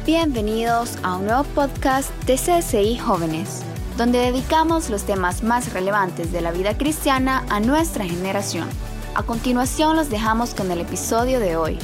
Bienvenidos a un nuevo podcast de CSI Jóvenes, donde dedicamos los temas más relevantes de la vida cristiana a nuestra generación. A continuación los dejamos con el episodio de hoy.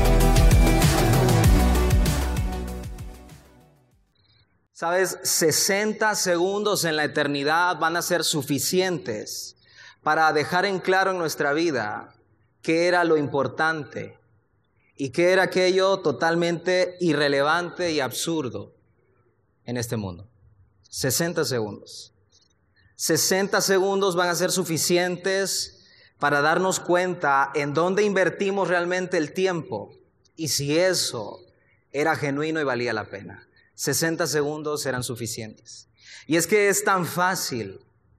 Sabes, 60 segundos en la eternidad van a ser suficientes para dejar en claro en nuestra vida qué era lo importante y qué era aquello totalmente irrelevante y absurdo en este mundo. 60 segundos. 60 segundos van a ser suficientes para darnos cuenta en dónde invertimos realmente el tiempo y si eso era genuino y valía la pena. 60 segundos serán suficientes. Y es que es tan fácil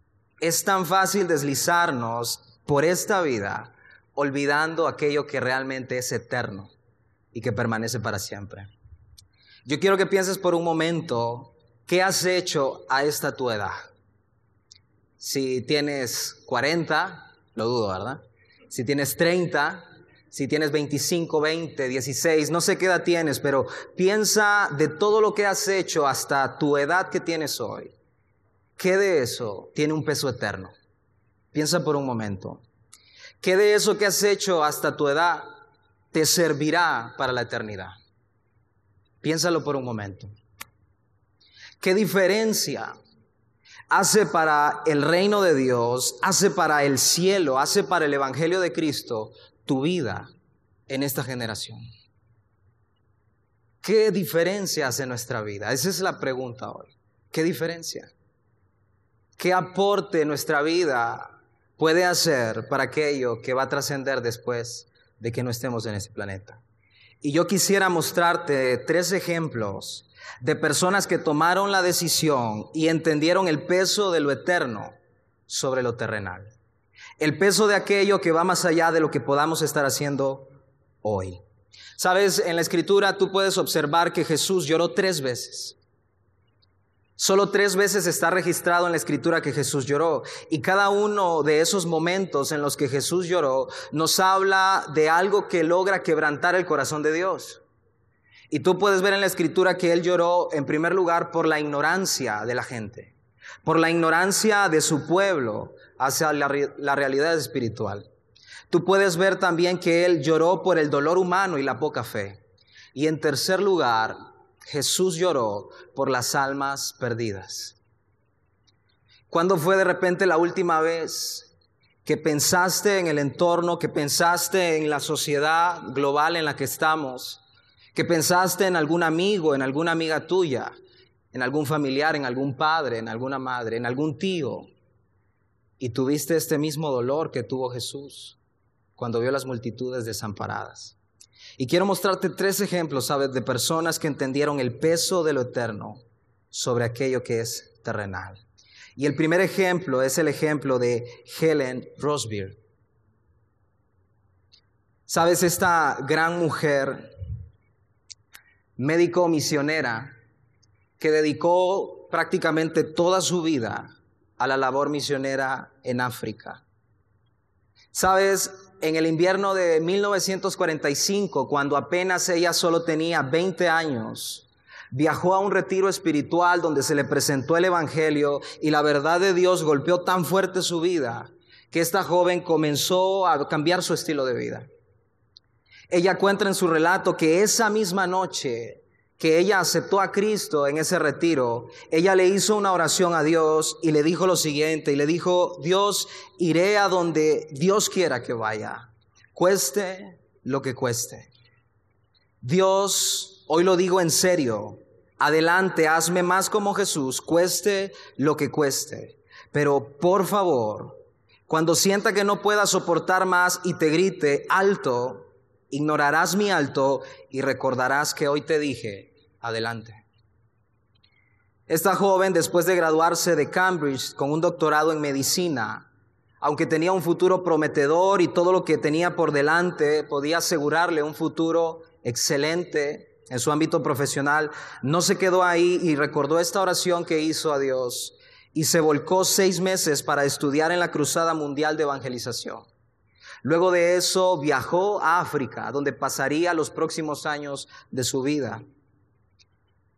deslizarnos por esta vida olvidando aquello que realmente es eterno y que permanece para siempre. Yo quiero que pienses por un momento, ¿qué has hecho a esta tu edad? Si tienes 40, lo dudo, ¿verdad? Si tienes 30, si tienes 25, 20, 16, no sé qué edad tienes, pero piensa de todo lo que has hecho hasta tu edad que tienes hoy. ¿Qué de eso tiene un peso eterno? Piensa por un momento. ¿Qué de eso que has hecho hasta tu edad te servirá para la eternidad? Piénsalo por un momento. ¿Qué diferencia hace para el reino de Dios, hace para el cielo, hace para el evangelio de Cristo tu vida en esta generación? ¿Qué diferencia hace nuestra vida? Esa es la pregunta hoy. ¿Qué diferencia? ¿Qué aporte nuestra vida puede hacer para aquello que va a trascender después de que no estemos en este planeta? Y yo quisiera mostrarte 3 ejemplos de personas que tomaron la decisión y entendieron el peso de lo eterno sobre lo terrenal. El peso de aquello que va más allá de lo que podamos estar haciendo hoy. Sabes, en la Escritura tú puedes observar que Jesús lloró 3 veces. Solo 3 veces está registrado en la Escritura que Jesús lloró. Y cada uno de esos momentos en los que Jesús lloró nos habla de algo que logra quebrantar el corazón de Dios. Y tú puedes ver en la Escritura que Él lloró en primer lugar por la ignorancia de la gente, por la ignorancia de su pueblo hacia la realidad espiritual. Tú puedes ver también que Él lloró por el dolor humano y la poca fe. Y en tercer lugar, Jesús lloró por las almas perdidas. ¿Cuándo fue de repente la última vez que pensaste en el entorno, que pensaste en la sociedad global en la que estamos, que pensaste en algún amigo, en alguna amiga tuya, en algún familiar, en algún padre, en alguna madre, en algún tío, y tuviste este mismo dolor que tuvo Jesús cuando vio las multitudes desamparadas? Y quiero mostrarte 3 ejemplos, ¿sabes?, de personas que entendieron el peso de lo eterno sobre aquello que es terrenal. Y el primer ejemplo es el ejemplo de Helen Rosbeer. ¿Sabes? Esta gran mujer, médico misionera, que dedicó prácticamente toda su vida a la labor misionera en África. ¿Sabes? En el invierno de 1945, cuando apenas ella solo tenía 20 años, viajó a un retiro espiritual donde se le presentó el evangelio y la verdad de Dios golpeó tan fuerte su vida que esta joven comenzó a cambiar su estilo de vida. Ella cuenta en su relato que esa misma noche que ella aceptó a Cristo en ese retiro, ella le hizo una oración a Dios y le dijo lo siguiente, y le dijo: Dios, iré a donde Dios quiera que vaya, cueste lo que cueste. Dios, hoy lo digo en serio, adelante, hazme más como Jesús, cueste lo que cueste. Pero por favor, cuando sienta que no pueda soportar más y te grite alto, ignorarás mi alto y recordarás que hoy te dije, adelante. Esta joven, después de graduarse de Cambridge con un doctorado en medicina, aunque tenía un futuro prometedor y todo lo que tenía por delante podía asegurarle un futuro excelente en su ámbito profesional, no se quedó ahí y recordó esta oración que hizo a Dios y se volcó 6 meses para estudiar en la Cruzada Mundial de Evangelización. Luego de eso viajó a África, donde pasaría los próximos años de su vida.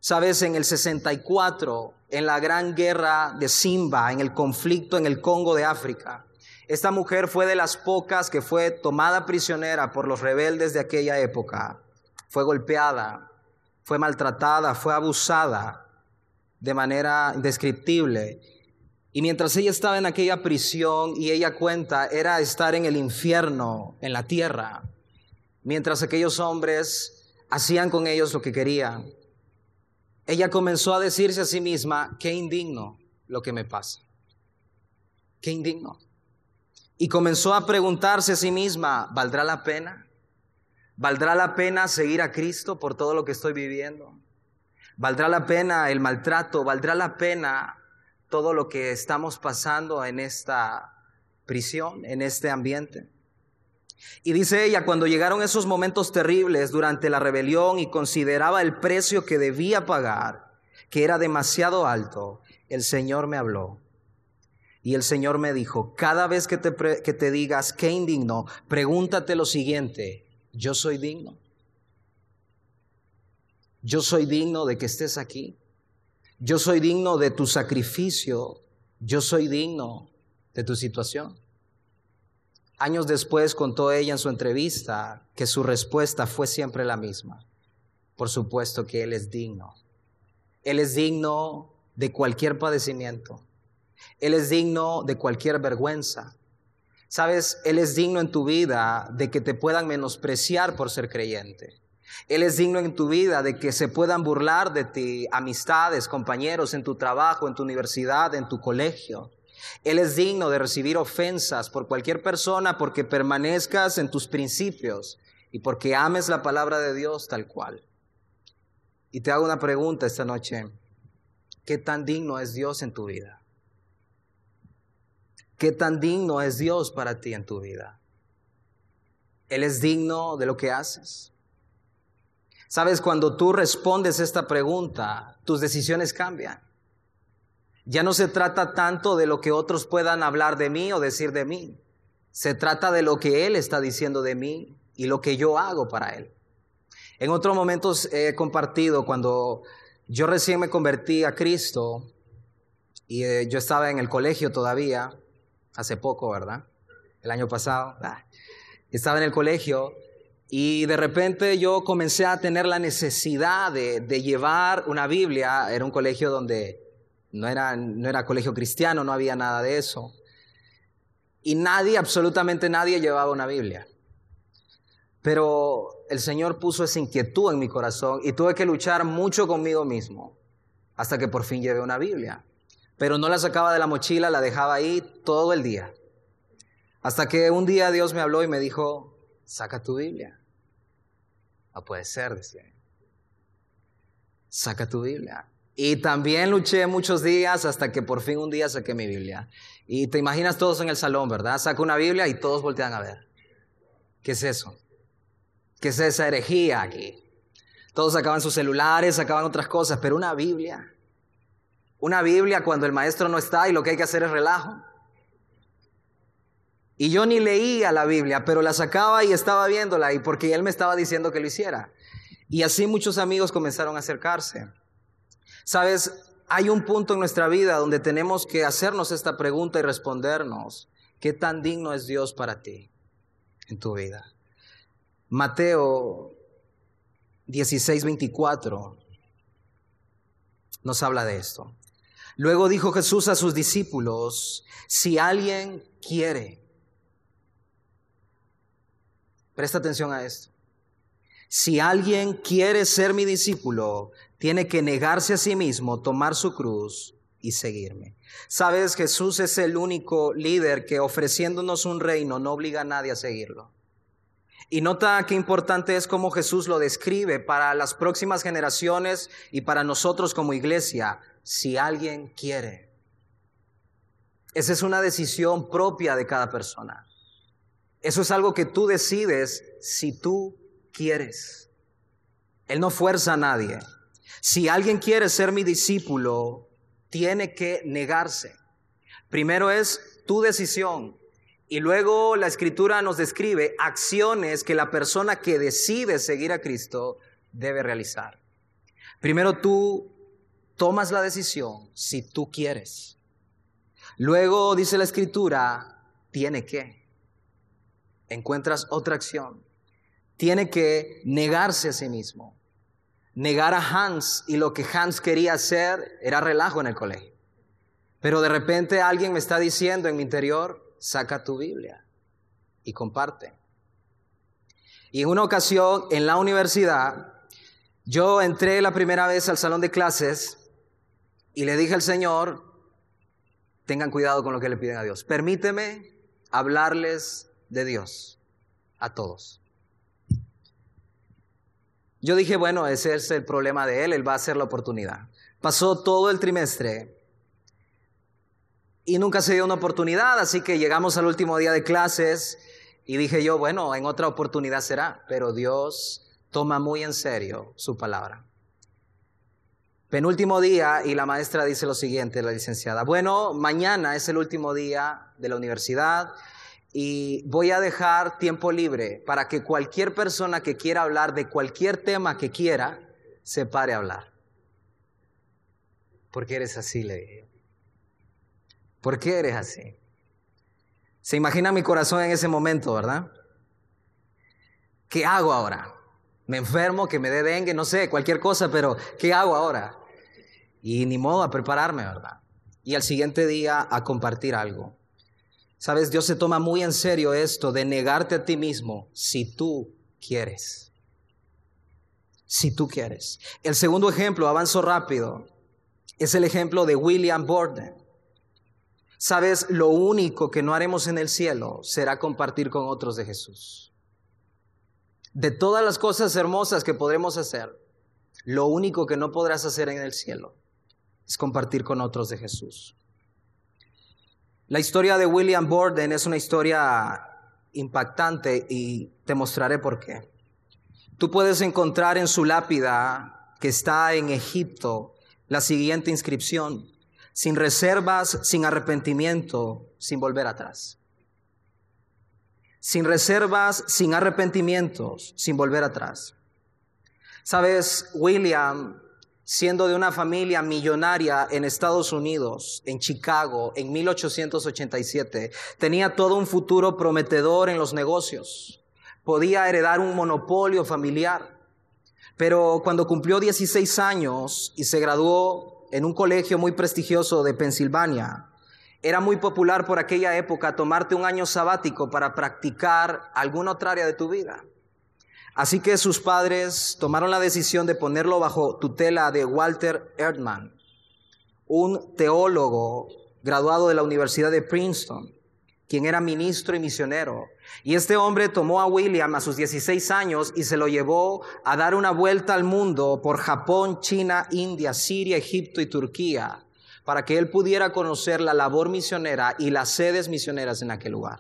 Sabes, en el 64, en la gran guerra de Simba, en el conflicto en el Congo de África, esta mujer fue de las pocas que fue tomada prisionera por los rebeldes de aquella época. Fue golpeada, fue maltratada, fue abusada de manera indescriptible. Y mientras ella estaba en aquella prisión, y ella cuenta, era estar en el infierno, en la tierra, mientras aquellos hombres hacían con ellos lo que querían. Ella comenzó a decirse a sí misma, qué indigno lo que me pasa, qué indigno. Y comenzó a preguntarse a sí misma, ¿valdrá la pena? ¿Valdrá la pena seguir a Cristo por todo lo que estoy viviendo? ¿Valdrá la pena el maltrato? ¿Valdrá la pena todo lo que estamos pasando en esta prisión, en este ambiente? Y dice ella, cuando llegaron esos momentos terribles durante la rebelión y consideraba el precio que debía pagar, que era demasiado alto, el Señor me habló. Y el Señor me dijo, cada vez que te digas qué indigno, pregúntate lo siguiente, ¿yo soy digno? ¿Yo soy digno de que estés aquí? ¿Yo soy digno de tu sacrificio? ¿Yo soy digno de tu situación? Años después contó ella en su entrevista que su respuesta fue siempre la misma. Por supuesto que Él es digno. Él es digno de cualquier padecimiento. Él es digno de cualquier vergüenza. Sabes, Él es digno en tu vida de que te puedan menospreciar por ser creyente. Él es digno en tu vida de que se puedan burlar de ti, amistades, compañeros en tu trabajo, en tu universidad, en tu colegio. Él es digno de recibir ofensas por cualquier persona porque permanezcas en tus principios y porque ames la palabra de Dios tal cual. Y te hago una pregunta esta noche. ¿Qué tan digno es Dios en tu vida? ¿Qué tan digno es Dios para ti en tu vida? ¿Él es digno de lo que haces? Sabes, cuando tú respondes esta pregunta, tus decisiones cambian. Ya no se trata tanto de lo que otros puedan hablar de mí o decir de mí. Se trata de lo que Él está diciendo de mí y lo que yo hago para Él. En otros momentos he compartido cuando yo recién me convertí a Cristo y yo estaba en el colegio todavía, hace poco, ¿verdad? El año pasado. Estaba en el colegio y de repente yo comencé a tener la necesidad de llevar una Biblia. Era un colegio donde no era colegio cristiano, no había nada de eso. Y absolutamente nadie llevaba una Biblia. Pero el Señor puso esa inquietud en mi corazón y tuve que luchar mucho conmigo mismo hasta que por fin llevé una Biblia. Pero no la sacaba de la mochila, la dejaba ahí todo el día. Hasta que un día Dios me habló y me dijo, saca tu Biblia. No puede ser, decía. Saca tu Biblia. Y también luché muchos días hasta que por fin un día saqué mi Biblia. Y te imaginas todos en el salón, ¿verdad? Saco una Biblia y todos voltean a ver. ¿Qué es eso? ¿Qué es esa herejía aquí? Todos sacaban sus celulares, sacaban otras cosas, pero una Biblia cuando el maestro no está y lo que hay que hacer es relajo. Y yo ni leía la Biblia, pero la sacaba y estaba viéndola y porque él me estaba diciendo que lo hiciera. Y así muchos amigos comenzaron a acercarse. Sabes, hay un punto en nuestra vida donde tenemos que hacernos esta pregunta y respondernos, ¿qué tan digno es Dios para ti en tu vida? Mateo 16:24 nos habla de esto. Luego dijo Jesús a sus discípulos, si alguien quiere, presta atención a esto, si alguien quiere ser mi discípulo, tiene que negarse a sí mismo, tomar su cruz y seguirme. Sabes, Jesús es el único líder que ofreciéndonos un reino no obliga a nadie a seguirlo. Y nota qué importante es cómo Jesús lo describe para las próximas generaciones y para nosotros como iglesia. Si alguien quiere. Esa es una decisión propia de cada persona. Eso es algo que tú decides si tú quieres. Él no fuerza a nadie. Si alguien quiere ser mi discípulo, tiene que negarse. Primero es tu decisión. Y luego la Escritura nos describe acciones que la persona que decide seguir a Cristo debe realizar. Primero tú tomas la decisión si tú quieres. Luego dice la Escritura, tiene que. Encuentras otra acción. Tiene que negarse a sí mismo. Negar a Hans, y lo que Hans quería hacer era relajo en el colegio. Pero de repente alguien me está diciendo en mi interior, saca tu Biblia y comparte. Y en una ocasión en la universidad, yo entré la primera vez al salón de clases y le dije al Señor, tengan cuidado con lo que le piden a Dios. Permíteme hablarles de Dios a todos. Yo dije, bueno, ese es el problema de él va a hacer la oportunidad. Pasó todo el trimestre y nunca se dio una oportunidad, así que llegamos al último día de clases y dije yo, bueno, en otra oportunidad será, pero Dios toma muy en serio su palabra. Penúltimo día y la maestra dice lo siguiente, la licenciada, bueno, mañana es el último día de la universidad y voy a dejar tiempo libre para que cualquier persona que quiera hablar de cualquier tema que quiera, se pare a hablar. ¿Por qué eres así?, le dije. ¿Por qué eres así? Se imagina mi corazón en ese momento, ¿verdad? ¿Qué hago ahora? ¿Me enfermo, que me dé dengue? No sé, cualquier cosa, pero ¿qué hago ahora? Y ni modo, a prepararme, ¿verdad? Y al siguiente día a compartir algo. ¿Sabes? Dios se toma muy en serio esto de negarte a ti mismo si tú quieres. Si tú quieres. El segundo ejemplo, avanzo rápido, es el ejemplo de William Borden. ¿Sabes? Lo único que no haremos en el cielo será compartir con otros de Jesús. De todas las cosas hermosas que podremos hacer, lo único que no podrás hacer en el cielo es compartir con otros de Jesús. La historia de William Borden es una historia impactante y te mostraré por qué. Tú puedes encontrar en su lápida que está en Egipto la siguiente inscripción: sin reservas, sin arrepentimiento, sin volver atrás. Sin reservas, sin arrepentimientos, sin volver atrás. ¿Sabes? William, siendo de una familia millonaria en Estados Unidos, en Chicago, en 1887, tenía todo un futuro prometedor en los negocios. Podía heredar un monopolio familiar. Pero cuando cumplió 16 años y se graduó en un colegio muy prestigioso de Pensilvania, era muy popular por aquella época tomarte un año sabático para practicar alguna otra área de tu vida. Así que sus padres tomaron la decisión de ponerlo bajo tutela de Walter Erdman, un teólogo graduado de la Universidad de Princeton, quien era ministro y misionero. Y este hombre tomó a William a sus 16 años y se lo llevó a dar una vuelta al mundo por Japón, China, India, Siria, Egipto y Turquía, para que él pudiera conocer la labor misionera y las sedes misioneras en aquel lugar.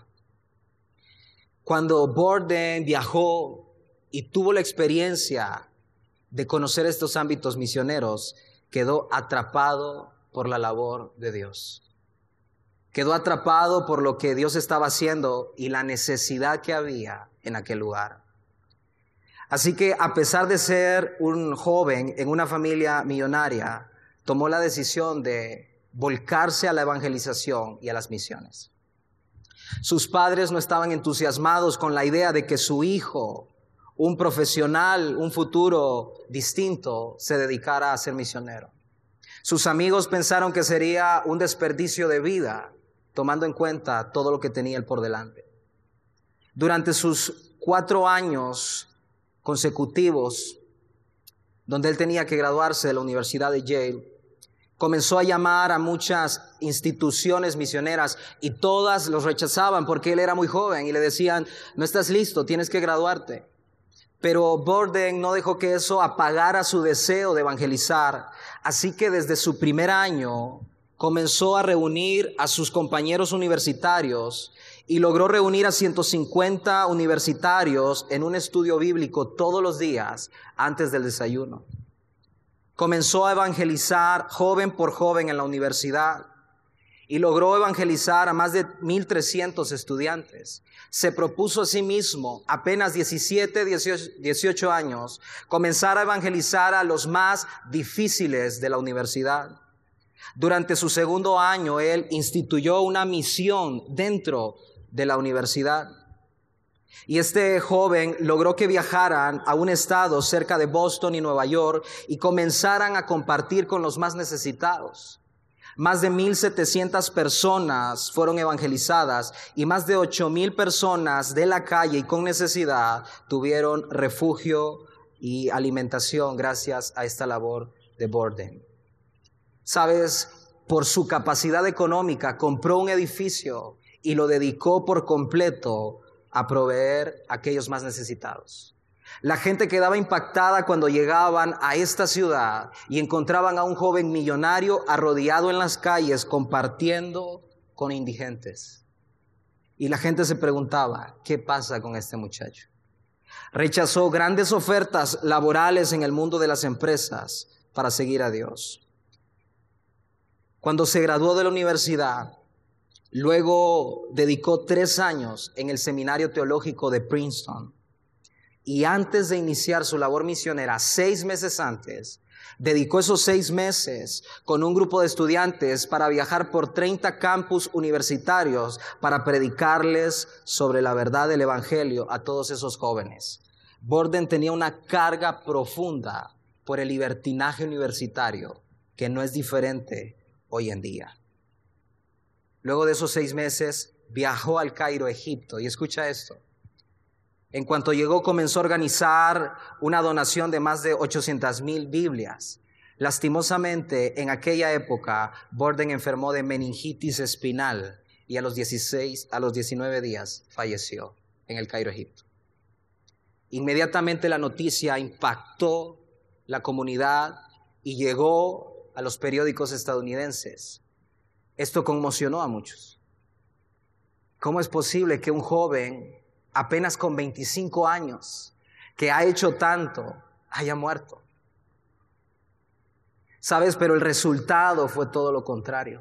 Cuando Borden viajó y tuvo la experiencia de conocer estos ámbitos misioneros, quedó atrapado por la labor de Dios. Quedó atrapado por lo que Dios estaba haciendo y la necesidad que había en aquel lugar. Así que a pesar de ser un joven en una familia millonaria, tomó la decisión de volcarse a la evangelización y a las misiones. Sus padres no estaban entusiasmados con la idea de que su hijo, un profesional, un futuro distinto, se dedicara a ser misionero. Sus amigos pensaron que sería un desperdicio de vida, tomando en cuenta todo lo que tenía él por delante. Durante sus 4 años consecutivos, donde él tenía que graduarse de la Universidad de Yale, comenzó a llamar a muchas instituciones misioneras y todas los rechazaban porque él era muy joven y le decían, no estás listo, tienes que graduarte. Pero Borden no dejó que eso apagara su deseo de evangelizar, así que desde su primer año comenzó a reunir a sus compañeros universitarios y logró reunir a 150 universitarios en un estudio bíblico todos los días antes del desayuno. Comenzó a evangelizar joven por joven en la universidad y logró evangelizar a más de 1,300 estudiantes. Se propuso a sí mismo, apenas 17, 18 años, comenzar a evangelizar a los más difíciles de la universidad. Durante su segundo año, él instituyó una misión dentro de la universidad. Y este joven logró que viajaran a un estado cerca de Boston y Nueva York y comenzaran a compartir con los más necesitados. Más de 1,700 personas fueron evangelizadas y más de 8,000 personas de la calle y con necesidad tuvieron refugio y alimentación gracias a esta labor de Borden. ¿Sabes? Por su capacidad económica compró un edificio y lo dedicó por completo a proveer a aquellos más necesitados. La gente quedaba impactada cuando llegaban a esta ciudad y encontraban a un joven millonario arrodillado en las calles compartiendo con indigentes. Y la gente se preguntaba, ¿qué pasa con este muchacho? Rechazó grandes ofertas laborales en el mundo de las empresas para seguir a Dios. Cuando se graduó de la universidad, luego dedicó 3 años en el seminario teológico de Princeton. Y antes de iniciar su labor misionera, 6 meses antes, dedicó esos 6 meses con un grupo de estudiantes para viajar por 30 campus universitarios para predicarles sobre la verdad del evangelio a todos esos jóvenes. Borden tenía una carga profunda por el libertinaje universitario, que no es diferente hoy en día. Luego de esos 6 meses, viajó al Cairo, Egipto, y escucha esto. En cuanto llegó, comenzó a organizar una donación de más de 800,000 Biblias. Lastimosamente, en aquella época, Borden enfermó de meningitis espinal y a los 19 días falleció en el Cairo, Egipto. Inmediatamente la noticia impactó la comunidad y llegó a los periódicos estadounidenses. Esto conmocionó a muchos. ¿Cómo es posible que un joven apenas con 25 años, que ha hecho tanto, haya muerto? ¿Sabes? Pero el resultado fue todo lo contrario.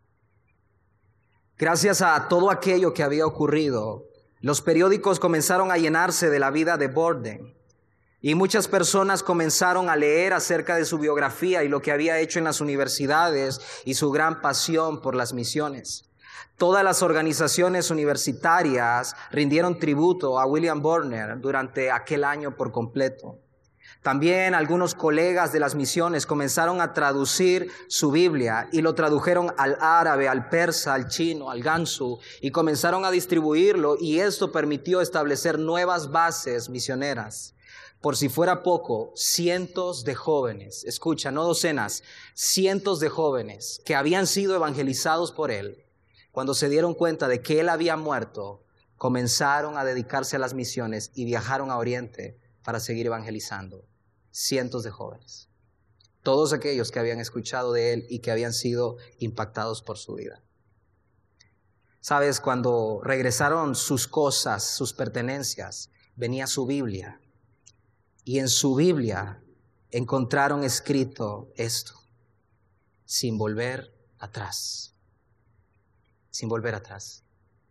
Gracias a todo aquello que había ocurrido, los periódicos comenzaron a llenarse de la vida de Borden. Y muchas personas comenzaron a leer acerca de su biografía y lo que había hecho en las universidades y su gran pasión por las misiones. Todas las organizaciones universitarias rindieron tributo a William Borden durante aquel año por completo. También algunos colegas de las misiones comenzaron a traducir su Biblia y lo tradujeron al árabe, al persa, al chino, al gansu y comenzaron a distribuirlo, y esto permitió establecer nuevas bases misioneras. Por si fuera poco, cientos de jóvenes, escucha, no docenas, cientos de jóvenes que habían sido evangelizados por él, cuando se dieron cuenta de que él había muerto, comenzaron a dedicarse a las misiones y viajaron a Oriente para seguir evangelizando. Cientos de jóvenes, todos aquellos que habían escuchado de él y que habían sido impactados por su vida. ¿Sabes? Cuando regresaron sus cosas, sus pertenencias, venía su Biblia. Y en su Biblia encontraron escrito esto: sin volver atrás. Sin volver atrás.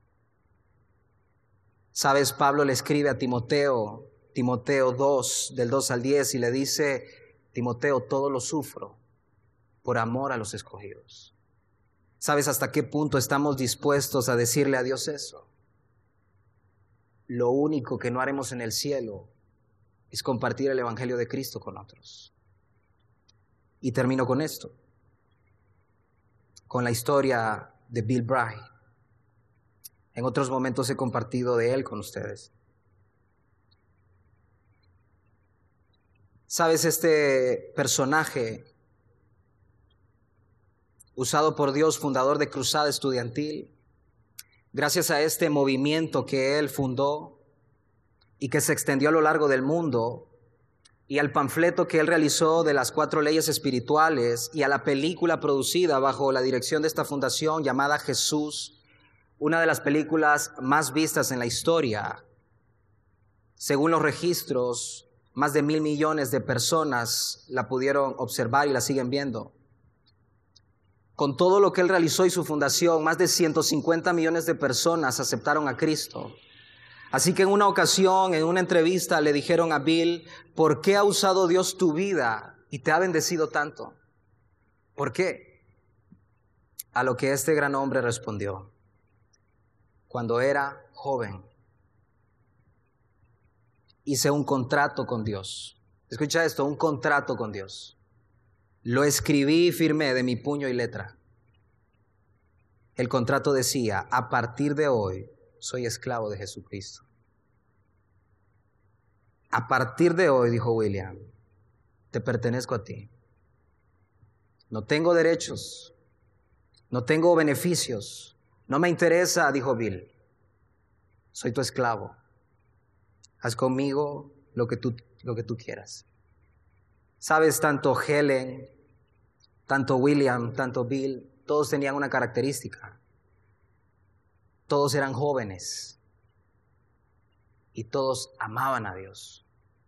¿Sabes? Pablo le escribe a Timoteo 2, del 2 al 10, y le dice: Timoteo, todo lo sufro por amor a los escogidos. ¿Sabes hasta qué punto estamos dispuestos a decirle a Dios eso? Lo único que no haremos en el cielo es compartir el evangelio de Cristo con otros. Y termino con esto, con la historia de Bill Bright. En otros momentos he compartido de él con ustedes. ¿Sabes? Este personaje usado por Dios, fundador de Cruzada Estudiantil, gracias a este movimiento que él fundó y que se extendió a lo largo del mundo, y al panfleto que él realizó de las 4 leyes espirituales, y a la película producida bajo la dirección de esta fundación llamada Jesús, una de las películas más vistas en la historia. Según los registros, más de 1,000 millones de personas la pudieron observar y la siguen viendo. con todo lo que él realizó y su fundación, más de 150 millones de personas aceptaron a Cristo. Así que en una ocasión, en una entrevista, le dijeron a Bill, ¿por qué ha usado Dios tu vida y te ha bendecido tanto? ¿Por qué? A lo que este gran hombre respondió: cuando era joven, hice un contrato con Dios. Escucha esto, un contrato con Dios. Lo escribí y firmé de mi puño y letra. El contrato decía: a partir de hoy soy esclavo de Jesucristo. A partir de hoy, dijo William, te pertenezco a ti. No tengo derechos, no tengo beneficios, no me interesa, dijo Bill. Soy tu esclavo. Haz conmigo lo que tú quieras. Sabes, tanto Helen, tanto William, tanto Bill, todos tenían una característica. Todos eran jóvenes y todos amaban a Dios.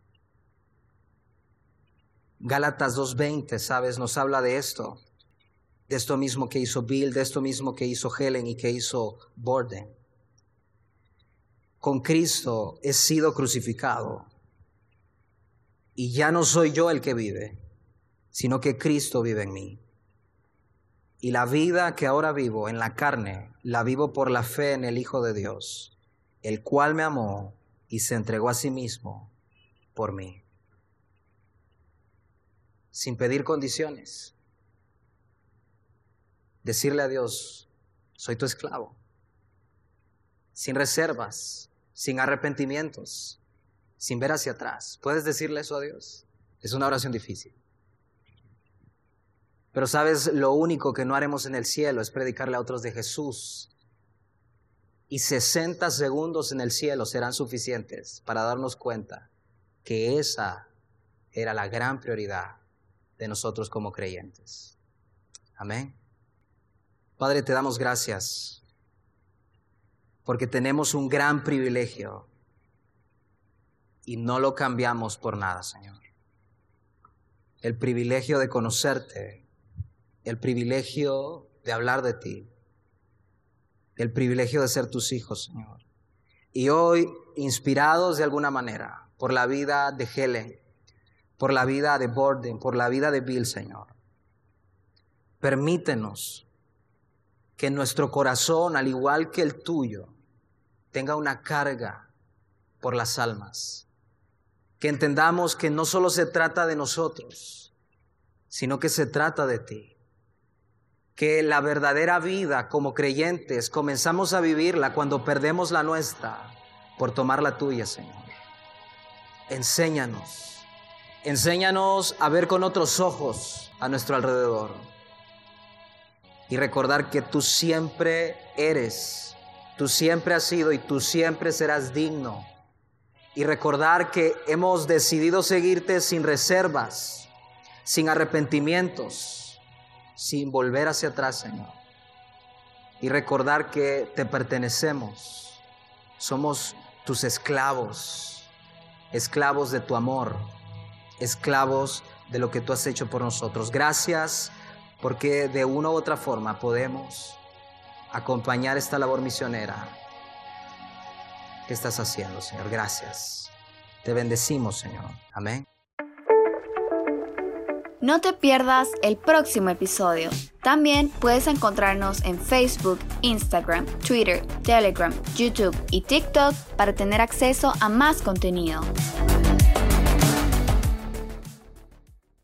Gálatas 2:20, sabes, nos habla de esto mismo que hizo Bill, de esto mismo que hizo Helen y que hizo Borden. Con Cristo he sido crucificado y ya no soy yo el que vive, sino que Cristo vive en mí. Y la vida que ahora vivo en la carne, la vivo por la fe en el Hijo de Dios, el cual me amó y se entregó a sí mismo por mí. Sin pedir condiciones. Decirle a Dios, soy tu esclavo. Sin reservas, sin arrepentimientos, sin ver hacia atrás. ¿Puedes decirle eso a Dios? Es una oración difícil. Pero sabes, lo único que no haremos en el cielo es predicarle a otros de Jesús. Y 60 segundos en el cielo serán suficientes para darnos cuenta que esa era la gran prioridad de nosotros como creyentes. Amén. Padre, te damos gracias porque tenemos un gran privilegio y no lo cambiamos por nada, Señor. El privilegio de conocerte, el privilegio de hablar de ti, el privilegio de ser tus hijos, Señor. Y hoy, inspirados de alguna manera por la vida de Helen, por la vida de Borden, por la vida de Bill, Señor, permítenos que nuestro corazón, al igual que el tuyo, tenga una carga por las almas. Que entendamos que no solo se trata de nosotros, sino que se trata de ti. Que la verdadera vida como creyentes comenzamos a vivirla cuando perdemos la nuestra por tomar la tuya, Señor. Enséñanos a ver con otros ojos a nuestro alrededor y recordar que tú siempre eres, tú siempre has sido y tú siempre serás digno. Y recordar que hemos decidido seguirte sin reservas, sin arrepentimientos, sin volver hacia atrás, Señor. Y recordar que te pertenecemos. Somos tus esclavos, esclavos de tu amor, esclavos de lo que tú has hecho por nosotros. Gracias porque de una u otra forma podemos acompañar esta labor misionera que estás haciendo, Señor. Gracias. Te bendecimos, Señor. Amén. No te pierdas el próximo episodio. También puedes encontrarnos en Facebook, Instagram, Twitter, Telegram, YouTube y TikTok para tener acceso a más contenido.